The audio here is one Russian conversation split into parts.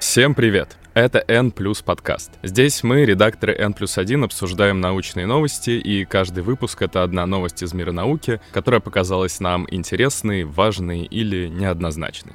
Всем привет! Это N+ подкаст. Здесь мы, редакторы N+1, обсуждаем научные новости, и каждый выпуск — это одна новость из мира науки, которая показалась нам интересной, важной или неоднозначной.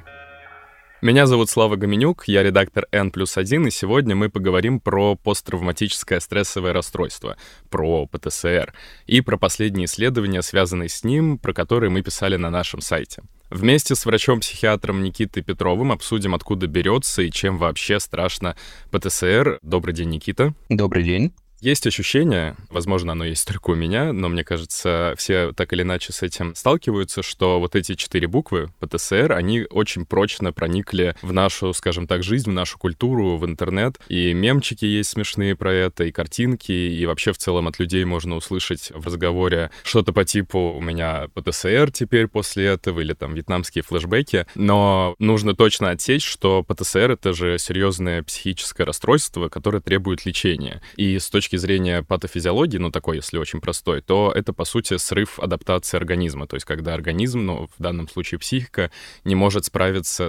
Меня зовут Слава Гоменюк, я редактор N+1, и сегодня мы поговорим про посттравматическое стрессовое расстройство, про ПТСР, и про последние исследования, связанные с ним, про которые мы писали на нашем сайте. Вместе с врачом-психиатром Никитой Петровым обсудим, откуда берется и чем вообще страшно ПТСР. Добрый день, Никита. Добрый день. Есть ощущение, возможно, оно есть только у меня, но мне кажется, все так или иначе с этим сталкиваются, что вот эти 4 буквы ПТСР, они очень прочно проникли в нашу, скажем так, жизнь, в нашу культуру, в интернет. И мемчики есть смешные про это, и картинки, и вообще в целом от людей можно услышать в разговоре что-то по типу «у меня ПТСР теперь после этого» или там вьетнамские флешбеки. Но нужно точно отсечь, что ПТСР — это же серьезное психическое расстройство, которое требует лечения. И с точки зрения патофизиологии, ну такой, если очень простой, то это, по сути, срыв адаптации организма. То есть когда организм, ну в данном случае психика, не может справиться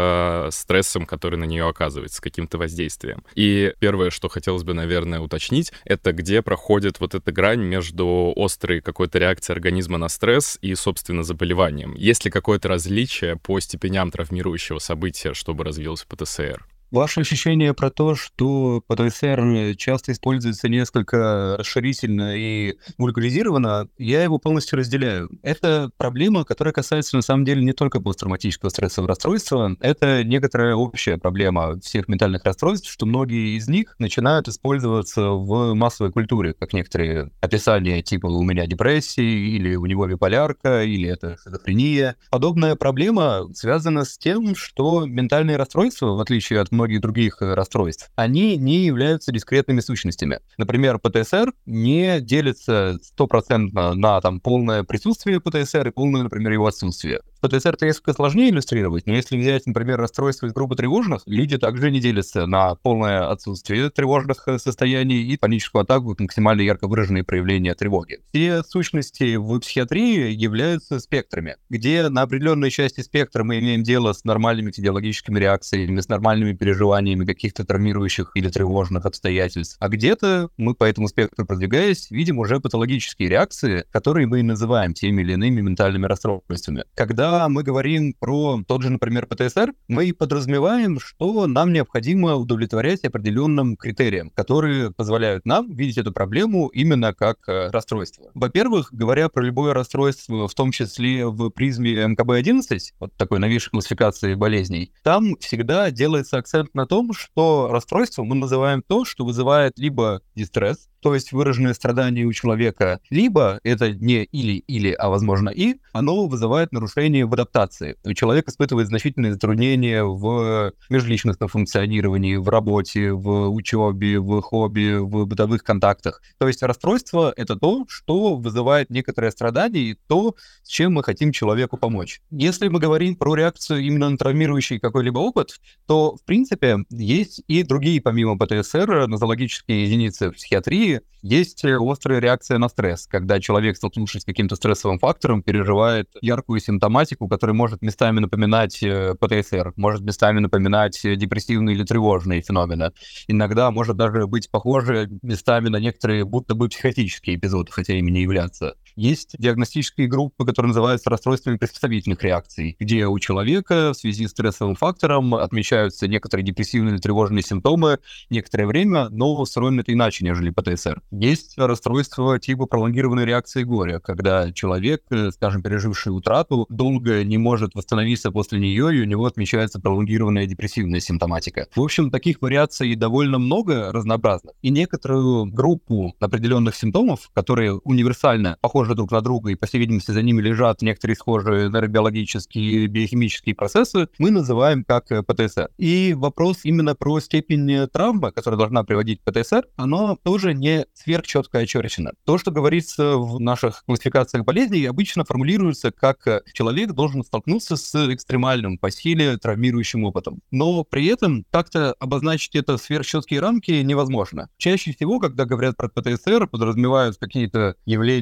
с стрессом, который на нее оказывается, с каким-то воздействием. И первое, что хотелось бы, наверное, уточнить, это где проходит вот эта грань между острой какой-то реакцией организма на стресс и, собственно, заболеванием. Есть ли какое-то различие по степеням травмирующего события, чтобы развился ПТСР? Ваше ощущение про то, что ПТСР часто используется несколько расширительно и вульгаризированно, я его полностью разделяю. Это проблема, которая касается, на самом деле, не только посттравматического стрессового расстройства, это некоторая общая проблема всех ментальных расстройств, что многие из них начинают использоваться в массовой культуре, как некоторые описания типа «у меня депрессия», или «у него биполярка», или «это шизофрения». Подобная проблема связана с тем, что ментальные расстройства, в отличие от многих других расстройств, они не являются дискретными сущностями. Например, ПТСР не делится 100% на полное присутствие ПТСР и полное, например, его отсутствие. ПТСР это несколько сложнее иллюстрировать, но если взять, например, расстройство из группы тревожных, люди также не делятся на полное отсутствие тревожных состояний и паническую атаку, максимально ярко выраженные проявления тревоги. Все сущности в психиатрии являются спектрами, где на определенной части спектра мы имеем дело с нормальными физиологическими реакциями, с нормальными переживаниями каких-то травмирующих или тревожных обстоятельств, а где-то мы по этому спектру продвигаясь, видим уже патологические реакции, которые мы и называем теми или иными ментальными расстройствами. Когда мы говорим про тот же, например, ПТСР, мы подразумеваем, что нам необходимо удовлетворять определенным критериям, которые позволяют нам видеть эту проблему именно как расстройство. Во-первых, говоря про любое расстройство, в том числе в призме МКБ-11, вот такой новейшей классификации болезней, там всегда делается акцент на том, что расстройством мы называем то, что вызывает либо дистресс, то есть выраженное страдание у человека, либо это не или, а возможно и, оно вызывает нарушение в адаптации. Человек испытывает значительные затруднения в межличностном функционировании, в работе, в учебе, в хобби, в бытовых контактах. То есть расстройство — это то, что вызывает некоторое страдание и то, с чем мы хотим человеку помочь. Если мы говорим про реакцию именно на травмирующий какой-либо опыт, то, в принципе, есть и другие, помимо ПТСР, нозологические единицы в психиатрии. Есть острая реакция на стресс, когда человек, столкнувшись с каким-то стрессовым фактором, переживает яркую симптоматику, которая может местами напоминать ПТСР, может местами напоминать депрессивные или тревожные феномены. Иногда может даже быть похоже местами на некоторые будто бы психотические эпизоды, хотя ими не являются. Есть диагностические группы, которые называются расстройствами приспособительных реакций, где у человека в связи с стрессовым фактором отмечаются некоторые депрессивные или тревожные симптомы некоторое время, но устроено это иначе, нежели ПТСР. Есть расстройство типа пролонгированной реакции горя, когда человек, скажем, переживший утрату, долго не может восстановиться после нее, и у него отмечается пролонгированная депрессивная симптоматика. В общем, таких вариаций довольно много разнообразных. И некоторую группу определенных симптомов, которые универсально похожи друг на друга, и, по всей видимости, за ними лежат некоторые схожие нейробиологические и биохимические процессы, мы называем как ПТСР. И вопрос именно про степень травмы, которая должна приводить к ПТСР, оно тоже не сверхчетко очерчено. То, что говорится в наших классификациях болезней, обычно формулируется как человек должен столкнуться с экстремальным по силе травмирующим опытом. Но при этом как-то обозначить это в сверхчеткие рамки невозможно. Чаще всего, когда говорят про ПТСР, подразумевают какие-то явления типа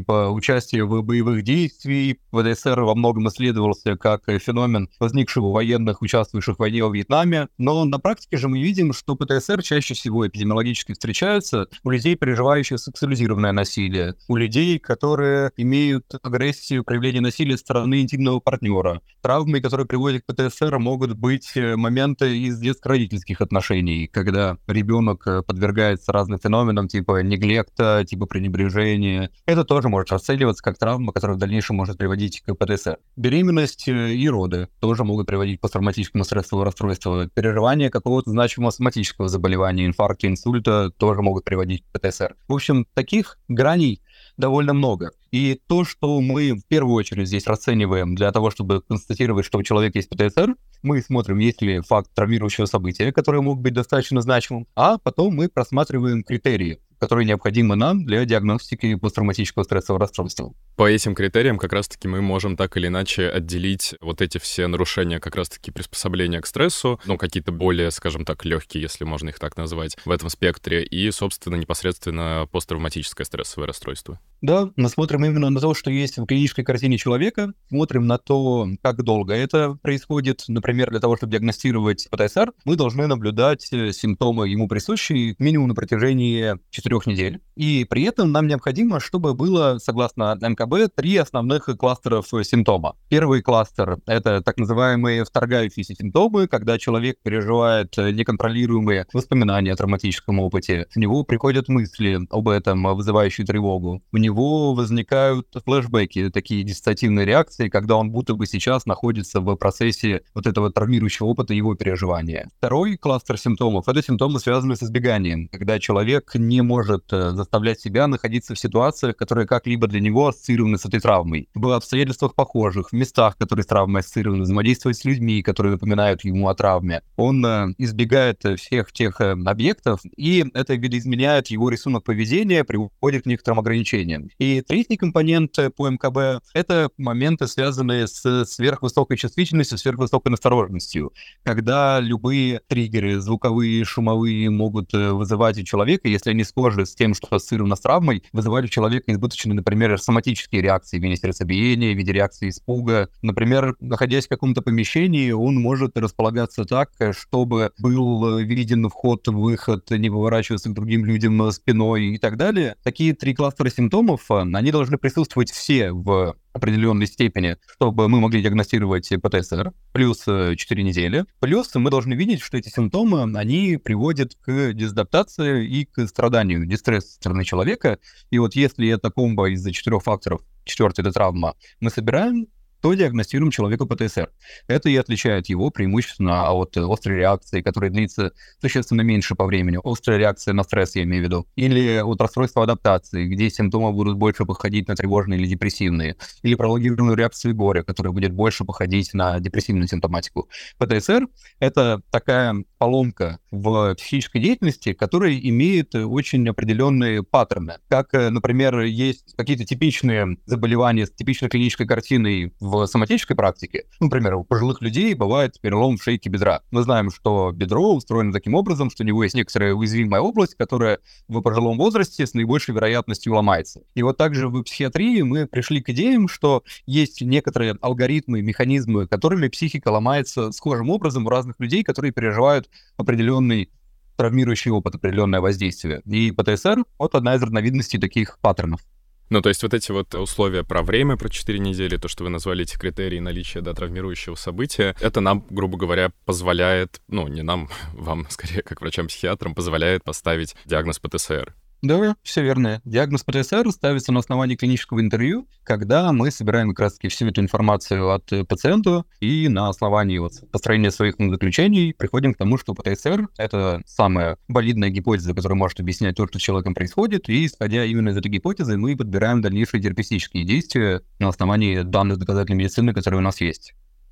типа участия в боевых действиях. ПТСР во многом исследовался как феномен, возникший у военных, участвующих в войне во Вьетнаме. Но на практике же мы видим, что ПТСР чаще всего эпидемиологически встречаются у людей, переживающих сексуализированное насилие, у людей, которые имеют агрессию, проявление насилия со стороны интимного партнера. Травмы, которые приводят к ПТСР, могут быть моменты из детско-родительских отношений, когда ребенок подвергается разным феноменам типа неглекта, типа пренебрежения. Это тоже может расцениваться как травма, которая в дальнейшем может приводить к ПТСР. Беременность и роды тоже могут приводить к посттравматическому стрессовому расстройству. Переживание какого-то значимого соматического заболевания, инфаркта, инсульта тоже могут приводить к ПТСР. В общем, таких граней довольно много. И то, что мы в первую очередь здесь расцениваем для того, чтобы констатировать, что у человека есть ПТСР, мы смотрим, есть ли факт травмирующего события, который мог быть достаточно значимым, а потом мы просматриваем критерии, которые необходимы нам для диагностики посттравматического стрессового расстройства. По этим критериям как раз-таки мы можем так или иначе отделить вот эти все нарушения как раз-таки приспособления к стрессу, ну, какие-то более, скажем так, легкие, если можно их так назвать, в этом спектре, и, собственно, непосредственно посттравматическое стрессовое расстройство. Да, мы смотрим именно на то, что есть в клинической картине человека, смотрим на то, как долго это происходит. Например, для того, чтобы диагностировать ПТСР, мы должны наблюдать симптомы ему присущие минимум на протяжении 4 недель. И при этом нам необходимо, чтобы было, согласно МКБ, 3 основных кластеров симптома. Первый кластер — это так называемые вторгающиеся симптомы, когда человек переживает неконтролируемые воспоминания о травматическом опыте. У него приходят мысли об этом, вызывающие тревогу. У него возникают флешбеки, такие диссоциативные реакции, когда он будто бы сейчас находится в процессе вот этого травмирующего опыта его переживания. Второй кластер симптомов — это симптомы, связанные с избеганием, когда человек не может заставлять себя находиться в ситуациях, которые как-либо для него ассоциированы с этой травмой. В обстоятельствах похожих, в местах, которые с травмой ассоциированы, взаимодействовать с людьми, которые напоминают ему о травме. Он избегает всех тех объектов, и это видоизменяет его рисунок поведения, приводит к некоторым ограничениям. И третий компонент по МКБ — это моменты, связанные с сверхвысокой чувствительностью, сверхвысокой настороженностью, когда любые триггеры, звуковые, шумовые, могут вызывать у человека, если они схожи с тем, что ассоциировано с травмой, вызывать у человека избыточные, например, соматические реакции в виде сердцебиения, в виде реакции испуга. Например, находясь в каком-то помещении, он может располагаться так, чтобы был виден вход-выход, не поворачиваться к другим людям спиной и так далее. Такие 3 кластера симптомов, они должны присутствовать все в определенной степени, чтобы мы могли диагностировать ПТСР, плюс 4 недели. Плюс мы должны видеть, что эти симптомы, они приводят к дезадаптации и к страданию, дистресс со стороны человека. И вот если это комбо из 4 факторов, 4-й — это травма, мы собираем, то диагностируем человеку ПТСР. Это и отличает его преимущественно от острой реакции, которая длится существенно меньше по времени. Острая реакция на стресс, я имею в виду. Или от расстройства адаптации, где симптомы будут больше походить на тревожные или депрессивные. Или прологированную реакцию горя, которая будет больше походить на депрессивную симптоматику. ПТСР — это такая поломка в психической деятельности, которая имеет очень определенные паттерны. Как, например, есть какие-то типичные заболевания с типичной клинической картиной в соматической практике. Например, у пожилых людей бывает перелом в шейке бедра. Мы знаем, что бедро устроено таким образом, что у него есть некоторая уязвимая область, которая в пожилом возрасте с наибольшей вероятностью ломается. И вот также в психиатрии мы пришли к идеям, что есть некоторые алгоритмы, механизмы, которыми психика ломается схожим образом у разных людей, которые переживают определенный травмирующий опыт, определенное воздействие. И ПТСР — вот одна из разновидностей таких паттернов. Ну, то есть вот эти вот условия про время, про 4 недели, то, что вы назвали эти критерии наличия, да, травмирующего события, это нам, грубо говоря, позволяет, ну, не нам, вам, скорее, как врачам-психиатрам, позволяет поставить диагноз ПТСР. Да, все верно. Диагноз ПТСР ставится на основании клинического интервью, когда мы собираем как раз-таки всю эту информацию от пациента и на основании вот построения своих заключений приходим к тому, что ПТСР — это самая валидная гипотеза, которая может объяснять то, что с человеком происходит, и исходя именно из этой гипотезы мы подбираем дальнейшие терапевтические действия на основании данных доказательной медицины, которые у нас есть.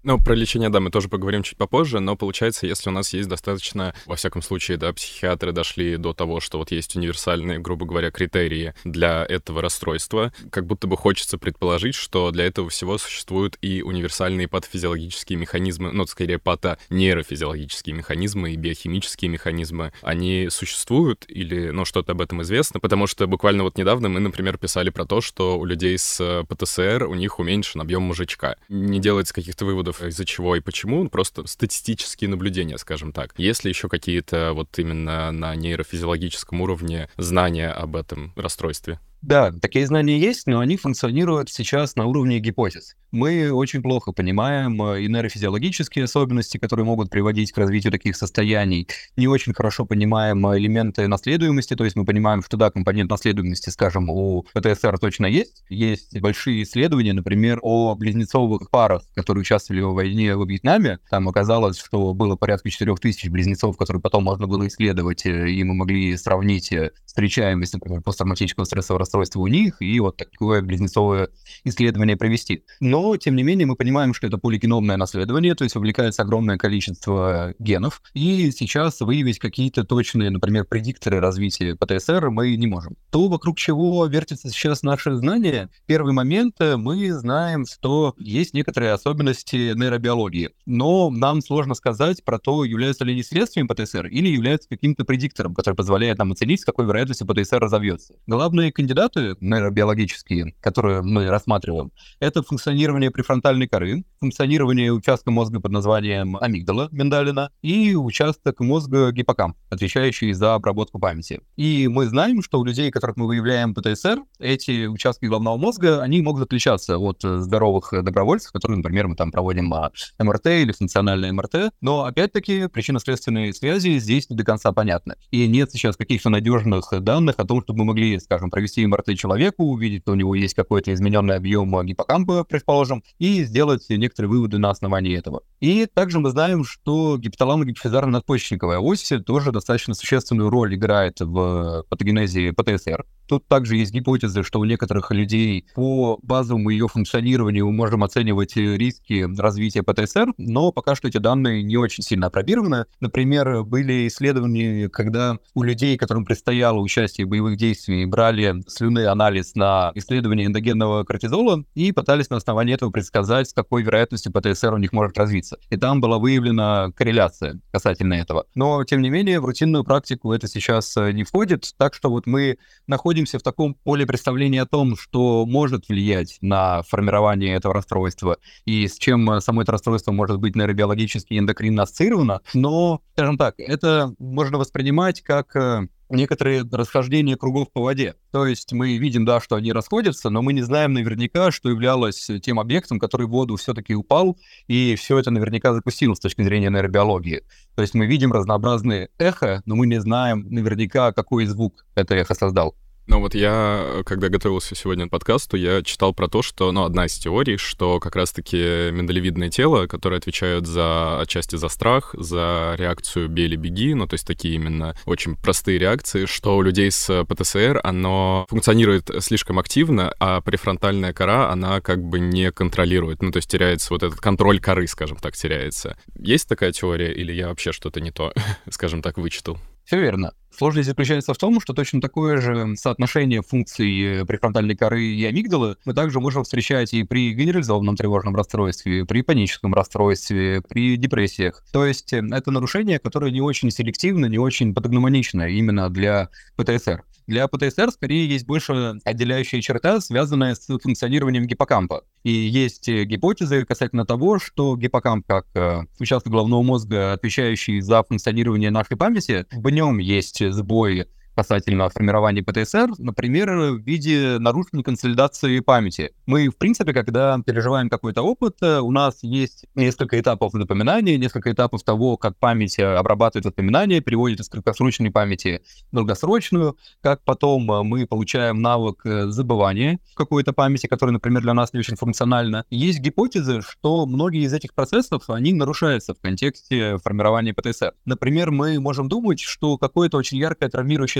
Ну, про лечение, да, мы тоже поговорим чуть попозже, но получается, если у нас есть достаточно, во всяком случае, да, психиатры дошли до того, что вот есть универсальные, грубо говоря, критерии для этого расстройства, как будто бы хочется предположить, что для этого всего существуют и универсальные патофизиологические механизмы, ну, скорее, патонейрофизиологические механизмы и биохимические механизмы. Они существуют или, ну, что-то об этом известно? Потому что буквально вот недавно мы, например, писали про то, что у людей с ПТСР у них уменьшен объем мозжечка. Не делается каких-то выводов, из-за чего и почему, просто статистические наблюдения, скажем так. Есть ли еще какие-то вот именно на нейрофизиологическом уровне знания об этом расстройстве? Да, такие знания есть, но они функционируют сейчас на уровне гипотез. Мы очень плохо понимаем и нейрофизиологические особенности, которые могут приводить к развитию таких состояний. Не очень хорошо понимаем элементы наследуемости, то есть мы понимаем, что да, компонент наследуемости, скажем, у ПТСР точно есть. Есть большие исследования, например, о близнецовых парах, которые участвовали в войне во Вьетнаме. Там оказалось, что было порядка 4000 близнецов, которые потом можно было исследовать, и мы могли сравнить встречаемость, например, посттравматического стрессового расстройства у них, и вот такое близнецовое исследование провести. Но, тем не менее, мы понимаем, что это полигеномное наследование, то есть вовлекается огромное количество генов, и сейчас выявить какие-то точные, например, предикторы развития ПТСР мы не можем. То, вокруг чего вертится сейчас наше знание, первый момент, мы знаем, что есть некоторые особенности нейробиологии, но нам сложно сказать про то, являются ли они следствием ПТСР или являются каким-то предиктором, который позволяет нам оценить, с какой вероятностью ПТСР разовьется. Главные кандидаты нейробиологические, которые мы рассматриваем, это функционирование префронтальной коры, функционирование участка мозга под названием амигдала миндалина и участок мозга гиппокамп, отвечающий за обработку памяти. И мы знаем, что у людей, которых мы выявляем ПТСР, эти участки головного мозга, они могут отличаться от здоровых добровольцев, которые, например, мы там проводим МРТ или функциональное МРТ, но опять-таки причинно-следственные связи здесь не до конца понятны. И нет сейчас каких-то надежных данных о том, чтобы мы могли, скажем, провести МРТ человеку, увидеть, что у него есть какой-то измененный объем гиппокампа, предположим, и сделать некоторые выводы на основании этого. И также мы знаем, что гипоталамо-гипофизарно-надпочечниковая ось тоже достаточно существенную роль играет в патогенезе ПТСР. Тут также есть гипотезы, что у некоторых людей по базовому ее функционированию мы можем оценивать риски развития ПТСР, но пока что эти данные не очень сильно опробированы. Например, были исследования, когда у людей, которым предстояло участие в боевых действиях, брали слюнный анализ на исследование эндогенного кортизола и пытались на основании этого предсказать, с какой вероятностью ПТСР у них может развиться. И там была выявлена корреляция касательно этого. Но, тем не менее, в рутинную практику это сейчас не входит, так что вот мы находимся в таком поле представления о том, что может влиять на формирование этого расстройства и с чем само это расстройство может быть нейробиологически и эндокринно ассоциировано, но, скажем так, это можно воспринимать как некоторые расхождения кругов по воде. То есть мы видим, да, что они расходятся, но мы не знаем наверняка, что являлось тем объектом, который в воду все-таки упал, и все это наверняка запустило с точки зрения нейробиологии. То есть мы видим разнообразные эхо, но мы не знаем наверняка, какой звук это эхо создал. Ну вот я, когда готовился сегодня к подкасту, я читал про то, что, ну, одна из теорий, что как раз-таки миндалевидное тело, которое отвечает отчасти за страх, за реакцию «бей или беги», ну, то есть такие именно очень простые реакции, что у людей с ПТСР оно функционирует слишком активно, а префронтальная кора, она как бы не контролирует, ну, то есть теряется вот этот контроль коры, скажем так, теряется. Есть такая теория или я вообще что-то не то, скажем так, вычитал? Все верно. Сложность заключается в том, что точно такое же соотношение функций префронтальной коры и амигдалы мы также можем встречать и при генерализованном тревожном расстройстве, при паническом расстройстве, при депрессиях. То есть это нарушение, которое не очень селективно, не очень патогномонично именно для ПТСР. Для ПТСР скорее есть больше отделяющая черта, связанная с функционированием гиппокампа. И есть гипотезы касательно того, что гиппокамп, как участок головного мозга, отвечающий за функционирование нашей памяти, в нем есть сбои касательно формирования ПТСР, например, в виде нарушенной консолидации памяти. Мы, в принципе, когда переживаем какой-то опыт, у нас есть несколько этапов запоминания, несколько этапов того, как память обрабатывает воспоминания, переводит из краткосрочной памяти в долгосрочную, как потом мы получаем навык забывания в какой-то памяти, которая, например, для нас не очень функциональна. Есть гипотезы, что многие из этих процессов, они нарушаются в контексте формирования ПТСР. Например, мы можем думать, что какое-то очень яркое травмирующее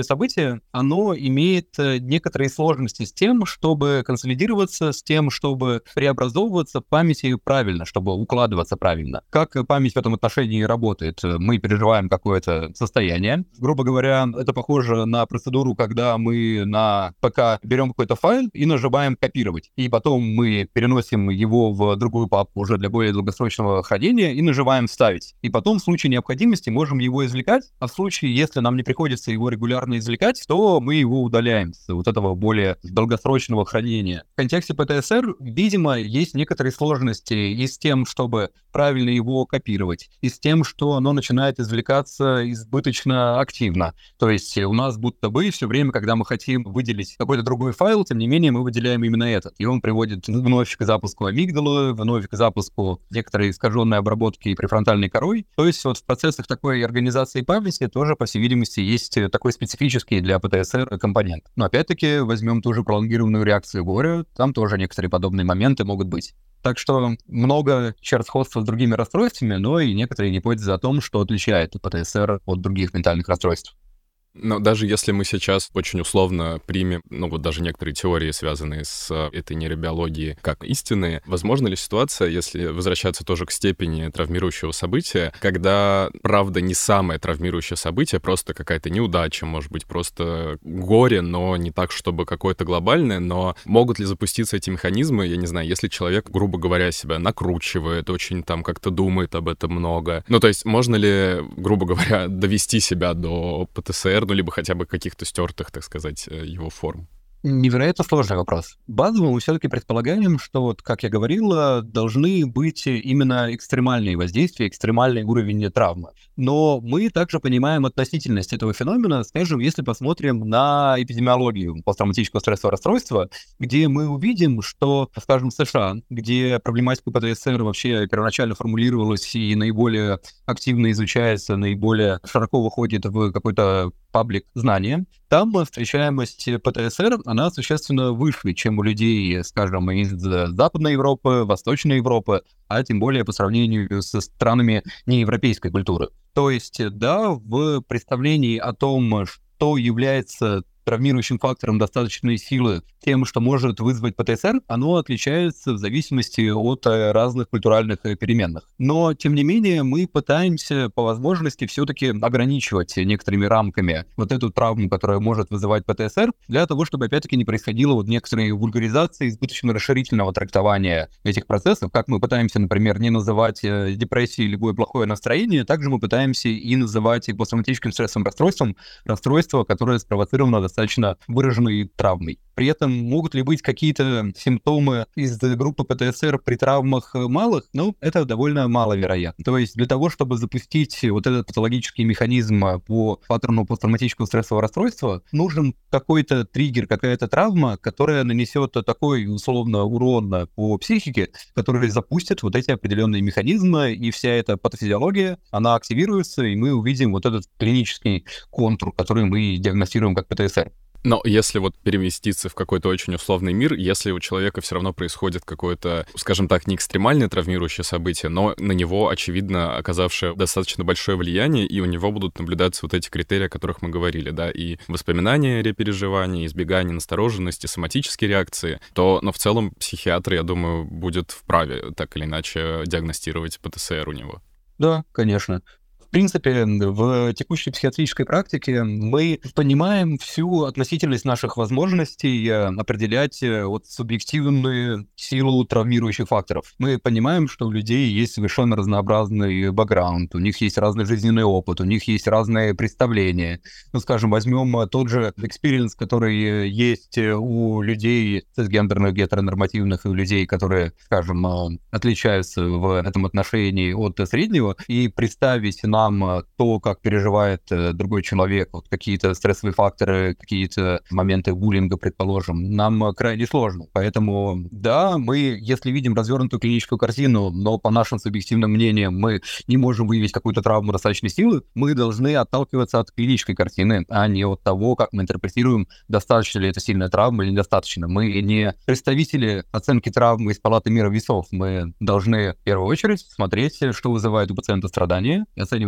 событие, оно имеет некоторые сложности с тем, чтобы консолидироваться, с тем, чтобы преобразовываться в памяти правильно, чтобы укладываться правильно. Как память в этом отношении работает? Мы переживаем какое-то состояние. Грубо говоря, это похоже на процедуру, когда мы на ПК берем какой-то файл и нажимаем «копировать». И потом мы переносим его в другую папку уже для более долгосрочного хранения и нажимаем «вставить». И потом в случае необходимости можем его извлекать, а в случае, если нам не приходится его регулярно извлекать, то мы его удаляем с вот этого более долгосрочного хранения. В контексте ПТСР, видимо, есть некоторые сложности и с тем, чтобы правильно его копировать, и с тем, что оно начинает извлекаться избыточно активно. То есть у нас будто бы все время, когда мы хотим выделить какой-то другой файл, тем не менее мы выделяем именно этот. И он приводит вновь к запуску амигдалы, вновь к запуску некоторой искаженной обработки префронтальной корой. То есть вот в процессах такой организации памяти тоже, по всей видимости, есть такой специфический для ПТСР компонент. Но опять-таки возьмем ту же пролонгированную реакцию горя, там тоже некоторые подобные моменты могут быть. Так что много черт сходства с другими расстройствами, но и некоторые гипотезы о том, что отличает ПТСР от других ментальных расстройств. Но даже если мы сейчас очень условно примем, вот даже некоторые теории, связанные с этой нейробиологией, как истинные, возможна ли ситуация, если возвращаться тоже к степени травмирующего события, когда, правда, не самое травмирующее событие, просто какая-то неудача, может быть, просто горе, но не так, чтобы какое-то глобальное, но могут ли запуститься эти механизмы, я не знаю, если человек, грубо говоря, себя накручивает, очень там как-то думает об этом много. То есть можно ли, грубо говоря, довести себя до ПТСР, либо хотя бы каких-то стертых, так сказать, его форм? Невероятно сложный вопрос. Базово мы все-таки предполагаем, что, вот, как я говорил, должны быть именно экстремальные воздействия, экстремальный уровень травмы. Но мы также понимаем относительность этого феномена, скажем, если посмотрим на эпидемиологию посттравматического стрессового расстройства, где мы увидим, что, скажем, в США, где проблематика ПТСР вообще первоначально формулировалась и наиболее активно изучается, наиболее широко выходит в какой-то паблик знания, там встречаемость ПТСР, она существенно выше, чем у людей, скажем, из Западной Европы, Восточной Европы, а тем более по сравнению со странами неевропейской культуры. То есть, да, в представлении о том, что является травмирующим фактором достаточной силы тем, что может вызвать ПТСР, оно отличается в зависимости от разных культуральных переменных. Но, тем не менее, мы пытаемся по возможности все-таки ограничивать некоторыми рамками вот эту травму, которая может вызывать ПТСР, для того, чтобы, опять-таки, не происходило вот некоторые вульгаризации, избыточно расширительного трактования этих процессов. Как мы пытаемся, например, не называть депрессией любое плохое настроение, также мы пытаемся и называть посттравматическим стрессовым расстройством расстройство, которое спровоцировано достаточно выраженной травмой. При этом могут ли быть какие-то симптомы из группы ПТСР при травмах малых? Это довольно маловероятно. То есть для того, чтобы запустить вот этот патологический механизм по паттерну посттравматического стрессового расстройства, нужен какой-то триггер, какая-то травма, которая нанесет такой, условно, урон по психике, который запустит вот эти определенные механизмы, и вся эта патофизиология, она активируется, и мы увидим вот этот клинический контур, который мы диагностируем как ПТСР. Но если вот переместиться в какой-то очень условный мир, если у человека все равно происходит какое-то, скажем так, не экстремальное травмирующее событие, но на него, очевидно, оказавшее достаточно большое влияние, и у него будут наблюдаться вот эти критерии, о которых мы говорили, да, и воспоминания, репереживания, избегание настороженности, соматические реакции, но в целом психиатр, я думаю, будет вправе так или иначе диагностировать ПТСР у него. Да, конечно. В принципе, в текущей психиатрической практике мы понимаем всю относительность наших возможностей определять субъективную силу травмирующих факторов. Мы понимаем, что у людей есть совершенно разнообразный бэкграунд, у них есть разный жизненный опыт, у них есть разные представления. Скажем, возьмем тот же экспириенс, который есть у людей цисгендерных, гетеронормативных, и у людей, которые, скажем, отличаются в этом отношении от среднего, и представить нам то, как переживает другой человек, вот какие-то стрессовые факторы, какие-то моменты буллинга, предположим, нам крайне сложно. Поэтому, да, мы, если видим развернутую клиническую картину, но по нашим субъективным мнениям мы не можем выявить какую-то травму достаточной силы, мы должны отталкиваться от клинической картины, а не от того, как мы интерпретируем, достаточно ли это сильная травма или недостаточно. Мы не представители оценки травмы из палаты мира весов. Мы должны в первую очередь смотреть, что вызывает у пациента страдания, и оценивать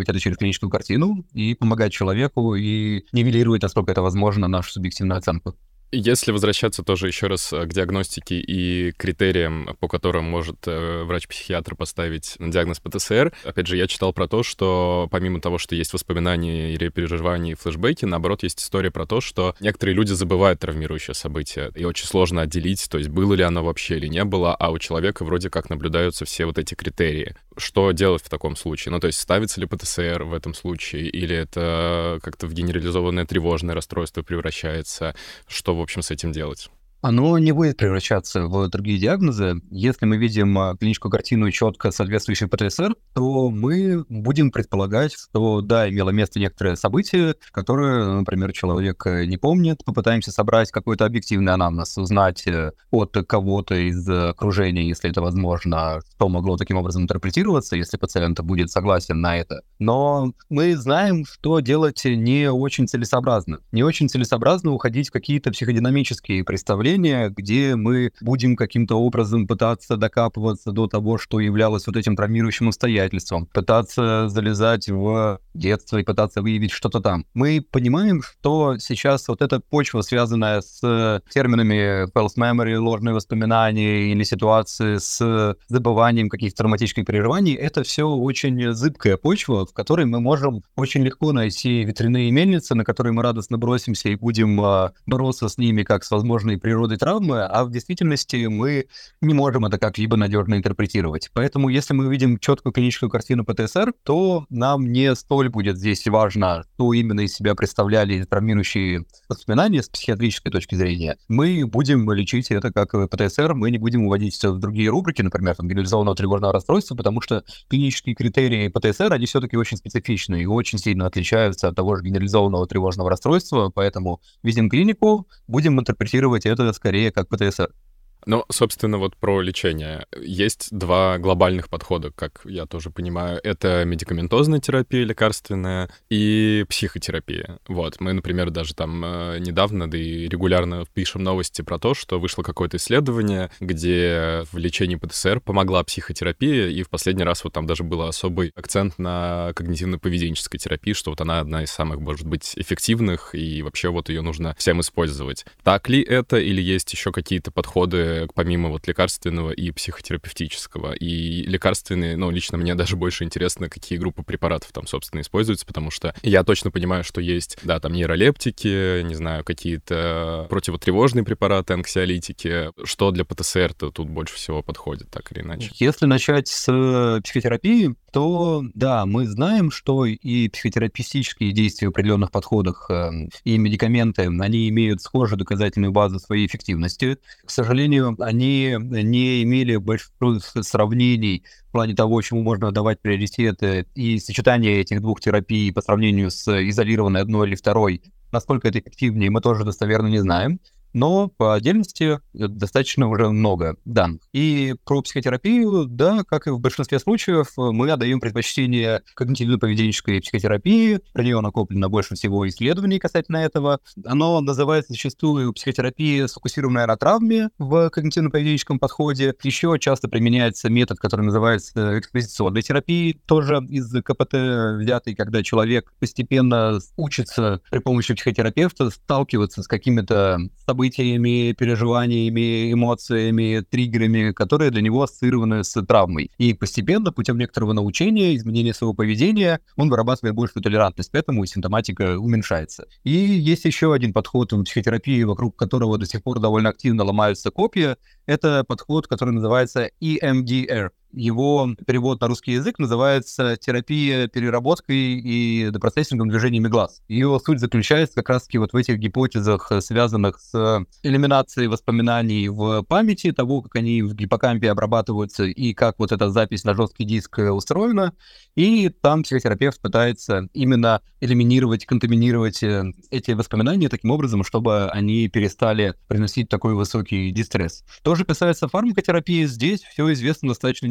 делать это через клиническую картину и помогать человеку и нивелировать, насколько это возможно, нашу субъективную оценку. Если возвращаться тоже еще раз к диагностике и критериям, по которым может врач-психиатр поставить диагноз ПТСР, опять же, я читал про то, что помимо того, что есть воспоминания или переживания и флешбеки, наоборот, есть история про то, что некоторые люди забывают травмирующее событие, и очень сложно отделить, то есть было ли оно вообще или не было, а у человека вроде как наблюдаются все вот эти критерии. Что делать в таком случае? Ну, то есть ставится ли ПТСР в этом случае, или это как-то в генерализованное тревожное расстройство превращается? Что, в общем, с этим делать? Оно не будет превращаться в другие диагнозы. Если мы видим клиническую картину четко соответствующую ПТСР, то мы будем предполагать, что да, имело место некоторое событие, которое, например, человек не помнит. Попытаемся собрать какой-то объективный анамнез, узнать от кого-то из окружения, если это возможно, что могло таким образом интерпретироваться, если пациент будет согласен на это. Но мы знаем, что делать не очень целесообразно. Не очень целесообразно уходить в какие-то психодинамические представления, где мы будем каким-то образом пытаться докапываться до того, что являлось вот этим травмирующим обстоятельством, пытаться залезать в детство и пытаться выявить что-то там. Мы понимаем, что сейчас вот эта почва, связанная с терминами false memory, ложные воспоминания или ситуации с забыванием каких-то травматических переживаний, это все очень зыбкая почва, в которой мы можем очень легко найти ветряные мельницы, на которые мы радостно бросимся и будем бороться с ними как с возможной природой травмы, а в действительности мы не можем это как-либо надежно интерпретировать. Поэтому, если мы увидим четкую клиническую картину ПТСР, то нам не столь будет здесь важно, что именно из себя представляли травмирующие воспоминания с психиатрической точки зрения. Мы будем лечить это как ПТСР, мы не будем уводить в другие рубрики, например, там, генерализованного тревожного расстройства, потому что клинические критерии ПТСР, они все-таки очень специфичны и очень сильно отличаются от того же генерализованного тревожного расстройства, поэтому видим клинику, будем интерпретировать это скорее как ПТСР. Ну, собственно, вот про лечение. Есть два глобальных подхода, как я тоже понимаю. Это медикаментозная терапия лекарственная и психотерапия. Вот, мы, например, даже там недавно, да и регулярно пишем новости про то, что вышло какое-то исследование, где в лечении ПТСР помогла психотерапия, и в последний раз вот там даже был особый акцент на когнитивно-поведенческой терапии, что вот она одна из самых, может быть, эффективных, и вообще вот ее нужно всем использовать. Так ли это, или есть еще какие-то подходы помимо вот лекарственного и психотерапевтического? И лекарственные, ну, лично мне даже больше интересно, какие группы препаратов там, собственно, используются, потому что я точно понимаю, что есть, да, там нейролептики, не знаю, какие-то противотревожные препараты, анксиолитики. Что для ПТСР-то тут больше всего подходит, так или иначе? Если начать с психотерапии, то да, мы знаем, что и психотерапевтические действия в определенных подходах, и медикаменты, они имеют схожую доказательную базу своей эффективности. К сожалению, они не имели больших сравнений в плане того, чему можно давать приоритеты, и сочетание этих двух терапий по сравнению с изолированной одной или второй, насколько это эффективнее, мы тоже достоверно не знаем. Но по отдельности достаточно уже много данных. И про психотерапию, да, как и в большинстве случаев, мы отдаем предпочтение когнитивно-поведенческой психотерапии. Про нее накоплено больше всего исследований касательно этого. Оно называется зачастую психотерапия, сфокусированная на травме в когнитивно-поведенческом подходе. Еще часто применяется метод, который называется экспозиционной терапией, тоже из КПТ взятый, когда человек постепенно учится при помощи психотерапевта сталкиваться с какими-то событиями, переживаниями, эмоциями, триггерами, которые для него ассоциированы с травмой. И постепенно, путем некоторого научения, изменения своего поведения, он вырабатывает большую толерантность к этому, и симптоматика уменьшается. И есть еще один подход в психотерапии, вокруг которого до сих пор довольно активно ломаются копья. Это подход, который называется EMDR. Его перевод на русский язык называется терапия переработкой и допроцессингом движениями глаз. Ее суть заключается как раз-таки вот в этих гипотезах, связанных с элиминацией воспоминаний в памяти, того, как они в гиппокампе обрабатываются и как вот эта запись на жесткий диск устроена. И там психотерапевт пытается именно элиминировать, контаминировать эти воспоминания таким образом, чтобы они перестали приносить такой высокий дистресс. Что же касается фармакотерапии, здесь все известно достаточно неплохо.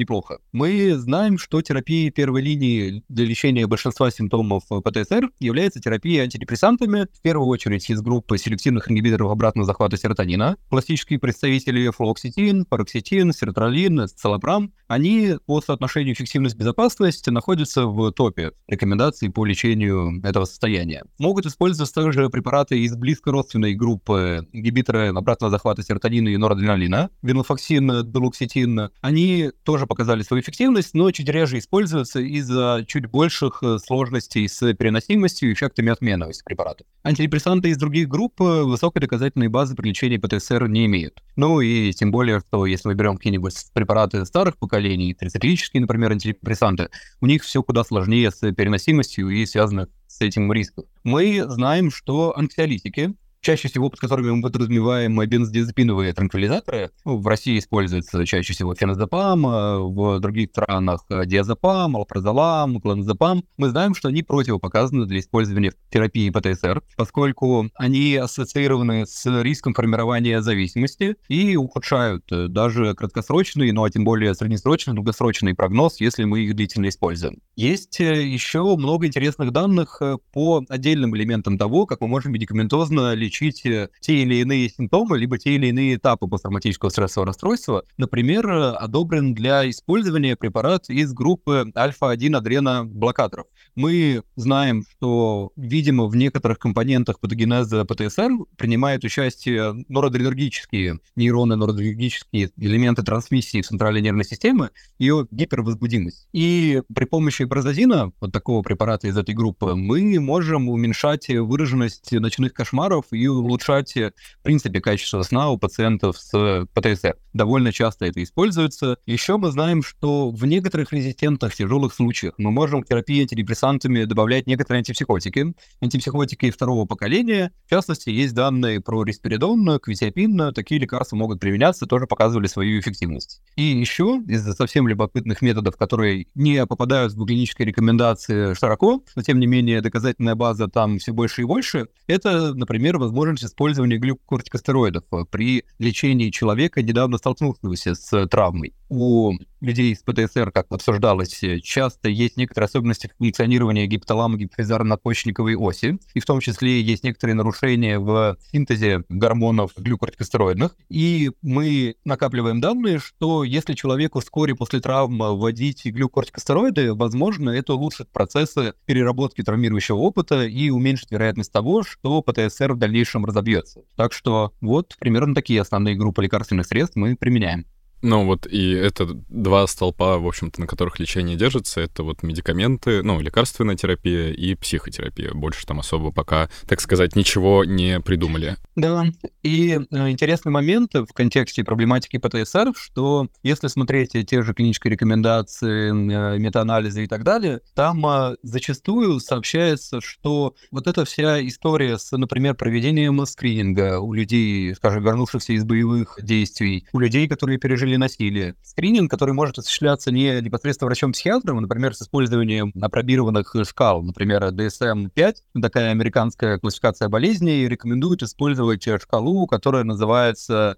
неплохо. Мы знаем, что терапией первой линии для лечения большинства симптомов ПТСР является терапия антидепрессантами, в первую очередь из группы селективных ингибиторов обратного захвата серотонина. Классические представители флуоксетин, пароксетин, сертралин, цилопрам, они по соотношению эффективность-безопасность находятся в топе рекомендаций по лечению этого состояния. Могут использоваться также препараты из близкородственной группы ингибитора обратного захвата серотонина и норадреналина, венлафоксин, дуалоксетин. Они тоже показали свою эффективность, но чуть реже используются из-за чуть больших сложностей с переносимостью и эффектами отмены этих препаратов. Антидепрессанты из других групп высокой доказательной базы при лечении ПТСР не имеют. Ну и тем более, что если мы берем какие-нибудь препараты старых поколений, трициклические, например, антидепрессанты, у них все куда сложнее с переносимостью и связано с этим риском. Мы знаем, что анксиолитики, чаще всего, под которыми мы подразумеваем бензодиазепиновые транквилизаторы, в России используется чаще всего феназепам, в других странах диазепам, алпрозолам, клоназепам. Мы знаем, что они противопоказаны для использования в терапии ПТСР, поскольку они ассоциированы с риском формирования зависимости и ухудшают даже краткосрочный, ну а тем более среднесрочный, долгосрочный прогноз, если мы их длительно используем. Есть еще много интересных данных по отдельным элементам того, как мы можем медикаментозно лечить те или иные симптомы, либо те или иные этапы посттравматического стрессового расстройства. Например, одобрен для использования препарат из группы альфа-1 адреноблокаторов. Мы знаем, что, видимо, в некоторых компонентах патогенеза ПТСР принимают участие норадреnergические нейроны, норадреnergические элементы трансмиссии в центральной нервной системе, ее гипервозбудимость. И при помощи прозазина, вот такого препарата из этой группы, мы можем уменьшать выраженность ночных кошмаров и улучшать, в принципе, качество сна у пациентов с ПТСР. Довольно часто это используется. Еще мы знаем, что в некоторых резистентных тяжелых случаях мы можем к терапии антидепрессантами добавлять некоторые антипсихотики. Антипсихотики второго поколения. В частности, есть данные про рисперидон, квизиапин. Такие лекарства могут применяться, тоже показывали свою эффективность. И еще из совсем любопытных методов, которые не попадают в клинические рекомендации широко, но тем не менее доказательная база там все больше и больше, это, например, возможность использования глюкокортикостероидов при лечении человека, недавно столкнувшегося с травмой. У людей с ПТСР, как обсуждалось, часто есть некоторые особенности функционирования гипоталамо-гипофизарно-надпочечниковой оси, и в том числе есть некоторые нарушения в синтезе гормонов глюкокортикостероидных. И мы накапливаем данные, что если человеку вскоре после травмы вводить глюкокортикостероиды, возможно, это улучшит процессы переработки травмирующего опыта и уменьшит вероятность того, что ПТСР в дальнейшем разобьется. Так что вот примерно такие основные группы лекарственных средств мы применяем. Ну вот и это два столпа, в общем-то, на которых лечение держится. Это вот медикаменты, ну, лекарственная терапия и психотерапия. Больше там особо пока, так сказать, ничего не придумали. Да, и интересный момент в контексте проблематики ПТСР, что если смотреть те же клинические рекомендации, метаанализы и так далее, там зачастую сообщается, что вот эта вся история с, например, проведением скрининга у людей, скажем, вернувшихся из боевых действий, у людей, которые пережили насилие. Скрининг, который может осуществляться не непосредственно врачом-психиатром, а, например, с использованием апробированных шкал, например, DSM-5, такая американская классификация болезней, рекомендует использовать шкалу, которая называется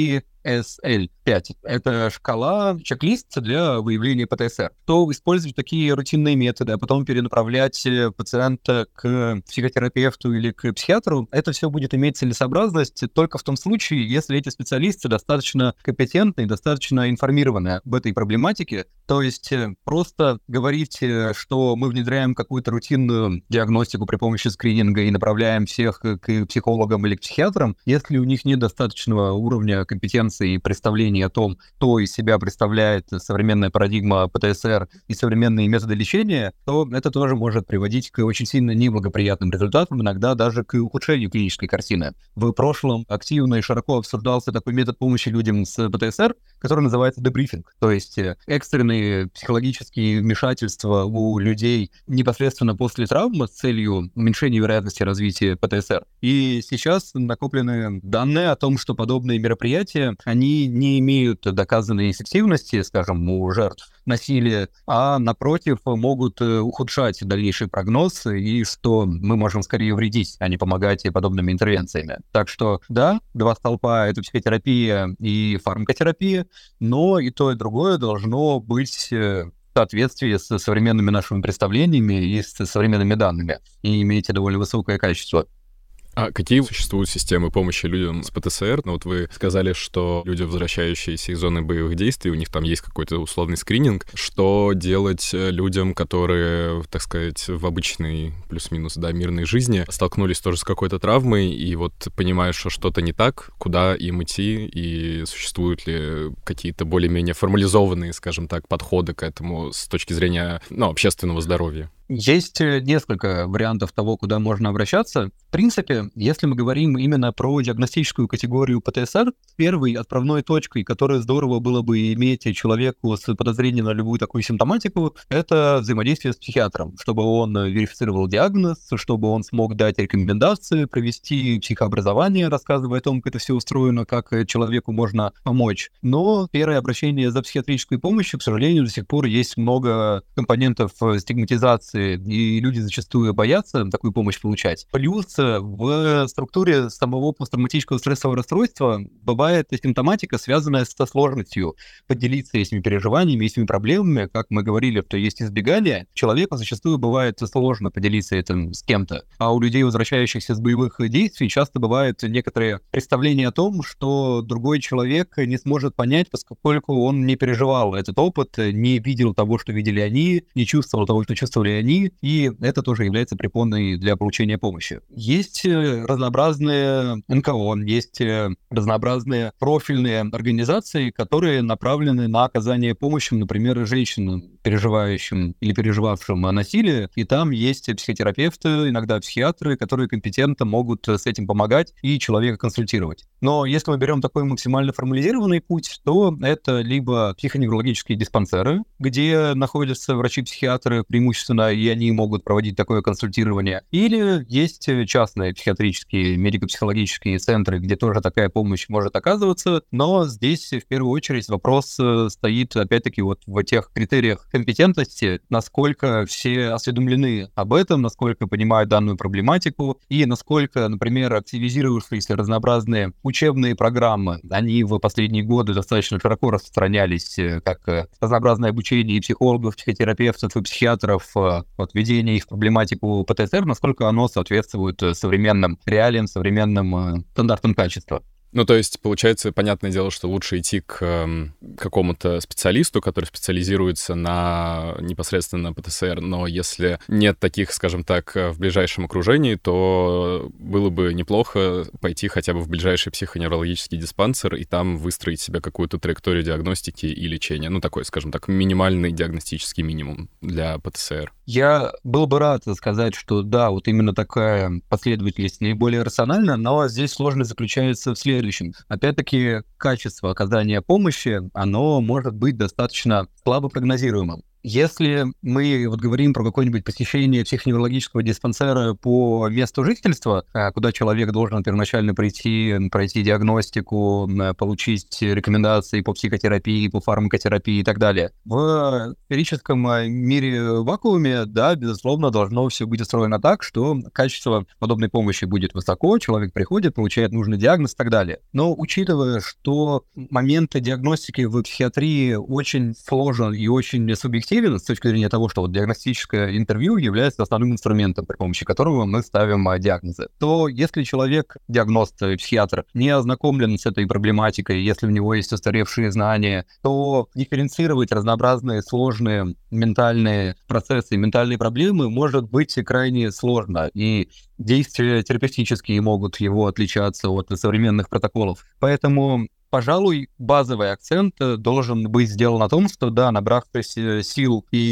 PSL-5. Это шкала, чек-лист для выявления ПТСР. То использовать такие рутинные методы, а потом перенаправлять пациента к психотерапевту или к психиатру, это все будет иметь целесообразность только в том случае, если эти специалисты достаточно компетентны, достаточно информированы об этой проблематике. То есть просто говорить, что мы внедряем какую-то рутинную диагностику при помощи скрининга и направляем всех к психологам или к психиатрам, если у них нет достаточного уровня компетенции и представление о том, что из себя представляет современная парадигма ПТСР и современные методы лечения, то это тоже может приводить к очень сильно неблагоприятным результатам, иногда даже к ухудшению клинической картины. В прошлом активно и широко обсуждался такой метод помощи людям с ПТСР, который называется дебрифинг, то есть экстренные психологические вмешательства у людей непосредственно после травмы с целью уменьшения вероятности развития ПТСР. И сейчас накоплены данные о том, что подобные мероприятия они не имеют доказанной эффективности, скажем, у жертв насилия, а, напротив, могут ухудшать дальнейший прогноз, и что мы можем скорее вредить, а не помогать подобными интервенциями. Так что, да, два столпа — это психотерапия и фармакотерапия, но и то, и другое должно быть в соответствии с современными нашими представлениями и с современными данными, и иметь довольно высокое качество. А какие существуют системы помощи людям с ПТСР? Ну вот вы сказали, что люди, возвращающиеся из зоны боевых действий, у них там есть какой-то условный скрининг. Что делать людям, которые, так сказать, в обычной плюс-минус, да, мирной жизни столкнулись тоже с какой-то травмой и вот понимают, что что-то не так, куда им идти, и существуют ли какие-то более-менее формализованные, скажем так, подходы к этому с точки зрения, ну, общественного здоровья? Есть несколько вариантов того, куда можно обращаться. В принципе, если мы говорим именно про диагностическую категорию ПТСР, первой отправной точкой, которую здорово было бы иметь человеку с подозрением на любую такую симптоматику, это взаимодействие с психиатром, чтобы он верифицировал диагноз, чтобы он смог дать рекомендации, провести психообразование, рассказывая о том, как это все устроено, как человеку можно помочь. Но первое обращение за психиатрической помощью, к сожалению, до сих пор есть много компонентов стигматизации, и люди зачастую боятся такую помощь получать. Плюс в структуре самого посттравматического стрессового расстройства бывает симптоматика, связанная со сложностью поделиться этими переживаниями, этими проблемами. Как мы говорили, что есть избегание. Человеку зачастую бывает сложно поделиться этим с кем-то. А у людей, возвращающихся с боевых действий, часто бывает некоторые представления о том, что другой человек не сможет понять, поскольку он не переживал этот опыт, не видел того, что видели они, не чувствовал того, что чувствовали они, и это тоже является препоной для получения помощи. Есть разнообразные НКО, есть разнообразные профильные организации, которые направлены на оказание помощи, например, женщинам, переживающим или переживавшим насилие, и там есть психотерапевты, иногда психиатры, которые компетентно могут с этим помогать и человека консультировать. Но если мы берем такой максимально формализированный путь, то это либо психоневрологические диспансеры, где находятся врачи-психиатры преимущественно, и они могут проводить такое консультирование, или есть частные психиатрические медико-психологические центры, где тоже такая помощь может оказываться, но здесь в первую очередь вопрос стоит опять-таки вот в тех критериях компетентности, насколько все осведомлены об этом, насколько понимают данную проблематику, и насколько, например, активизировавшиеся разнообразные учебные программы, они в последние годы достаточно широко распространялись, как разнообразное обучение и психологов, психотерапевтов, и психиатров, вот, введение их в проблематику ПТСР, насколько оно соответствует современным реалиям, современным стандартам качества. Ну, то есть, получается, понятное дело, что лучше идти к какому-то специалисту, который специализируется на непосредственно ПТСР, но если нет таких, скажем так, в ближайшем окружении, то было бы неплохо пойти хотя бы в ближайший психоневрологический диспансер и там выстроить себе какую-то траекторию диагностики и лечения. Ну, такой, скажем так, минимальный диагностический минимум для ПТСР. Я был бы рад сказать, что да, вот именно такая последовательность наиболее рациональна, но здесь сложность заключается в следующем. Опять-таки, качество оказания помощи, оно может быть достаточно слабо прогнозируемым. Если мы вот говорим про какое-нибудь посещение психоневрологического диспансера по месту жительства, куда человек должен первоначально прийти, пройти диагностику, получить рекомендации по психотерапии, по фармакотерапии и так далее, в сферическом мире вакууме, да, безусловно, должно все быть устроено так, что качество подобной помощи будет высоко, человек приходит, получает нужный диагноз и так далее. Но учитывая, что момент диагностики в психиатрии очень сложен и очень субъективен, с точки зрения того, что вот диагностическое интервью является основным инструментом, при помощи которого мы ставим диагнозы, то если человек, диагност, психиатр, не ознакомлен с этой проблематикой, если у него есть устаревшие знания, то дифференцировать разнообразные сложные ментальные процессы, ментальные проблемы может быть крайне сложно, и действия терапевтические могут его отличаться от современных протоколов. Поэтому, пожалуй, базовый акцент должен быть сделан на том, что, да, набравшись сил и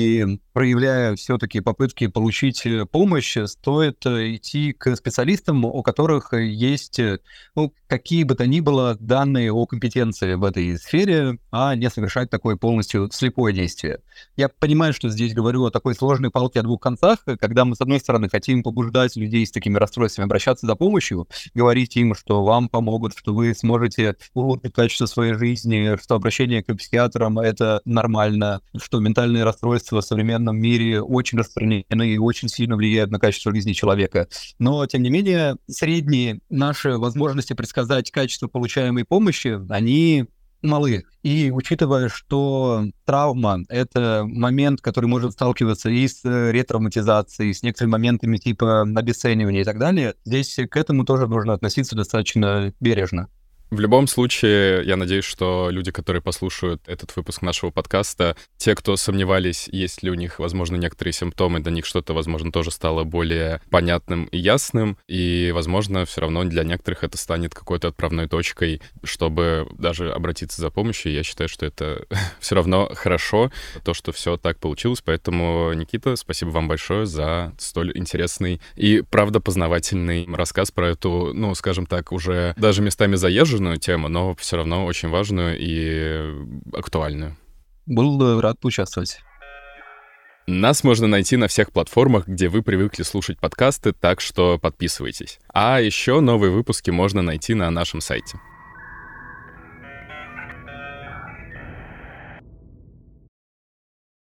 проявляя все-таки попытки получить помощь, стоит идти к специалистам, у которых есть ну, какие бы то ни было данные о компетенции в этой сфере, а не совершать такое полностью слепое действие. Я понимаю, что здесь говорю о такой сложной палке о двух концах, когда мы, с одной стороны, хотим побуждать людей с такими расстройствами обращаться за помощью, говорить им, что вам помогут, что вы сможете улучшить качество своей жизни, что обращение к психиатрам — это нормально, что ментальные расстройства в современном мире очень распространены и очень сильно влияют на качество жизни человека. Но, тем не менее, средние наши возможности предсказать качество получаемой помощи, они малы. И учитывая, что травма — это момент, который может сталкиваться и с ретравматизацией, и с некоторыми моментами типа обесценивания и так далее, здесь к этому тоже нужно относиться достаточно бережно. В любом случае, я надеюсь, что люди, которые послушают этот выпуск нашего подкаста, те, кто сомневались, есть ли у них, возможно, некоторые симптомы, для них что-то, возможно, тоже стало более понятным и ясным, и, возможно, все равно для некоторых это станет какой-то отправной точкой, чтобы даже обратиться за помощью. Я считаю, что это все равно хорошо, то, что все так получилось. Поэтому, Никита, спасибо вам большое за столь интересный и правдопознавательный рассказ про эту, ну, скажем так, уже даже местами заезженную тему, но все равно очень важную и актуальную. Был рад поучаствовать. Нас можно найти на всех платформах, где вы привыкли слушать подкасты, так что подписывайтесь. А еще новые выпуски можно найти на нашем сайте.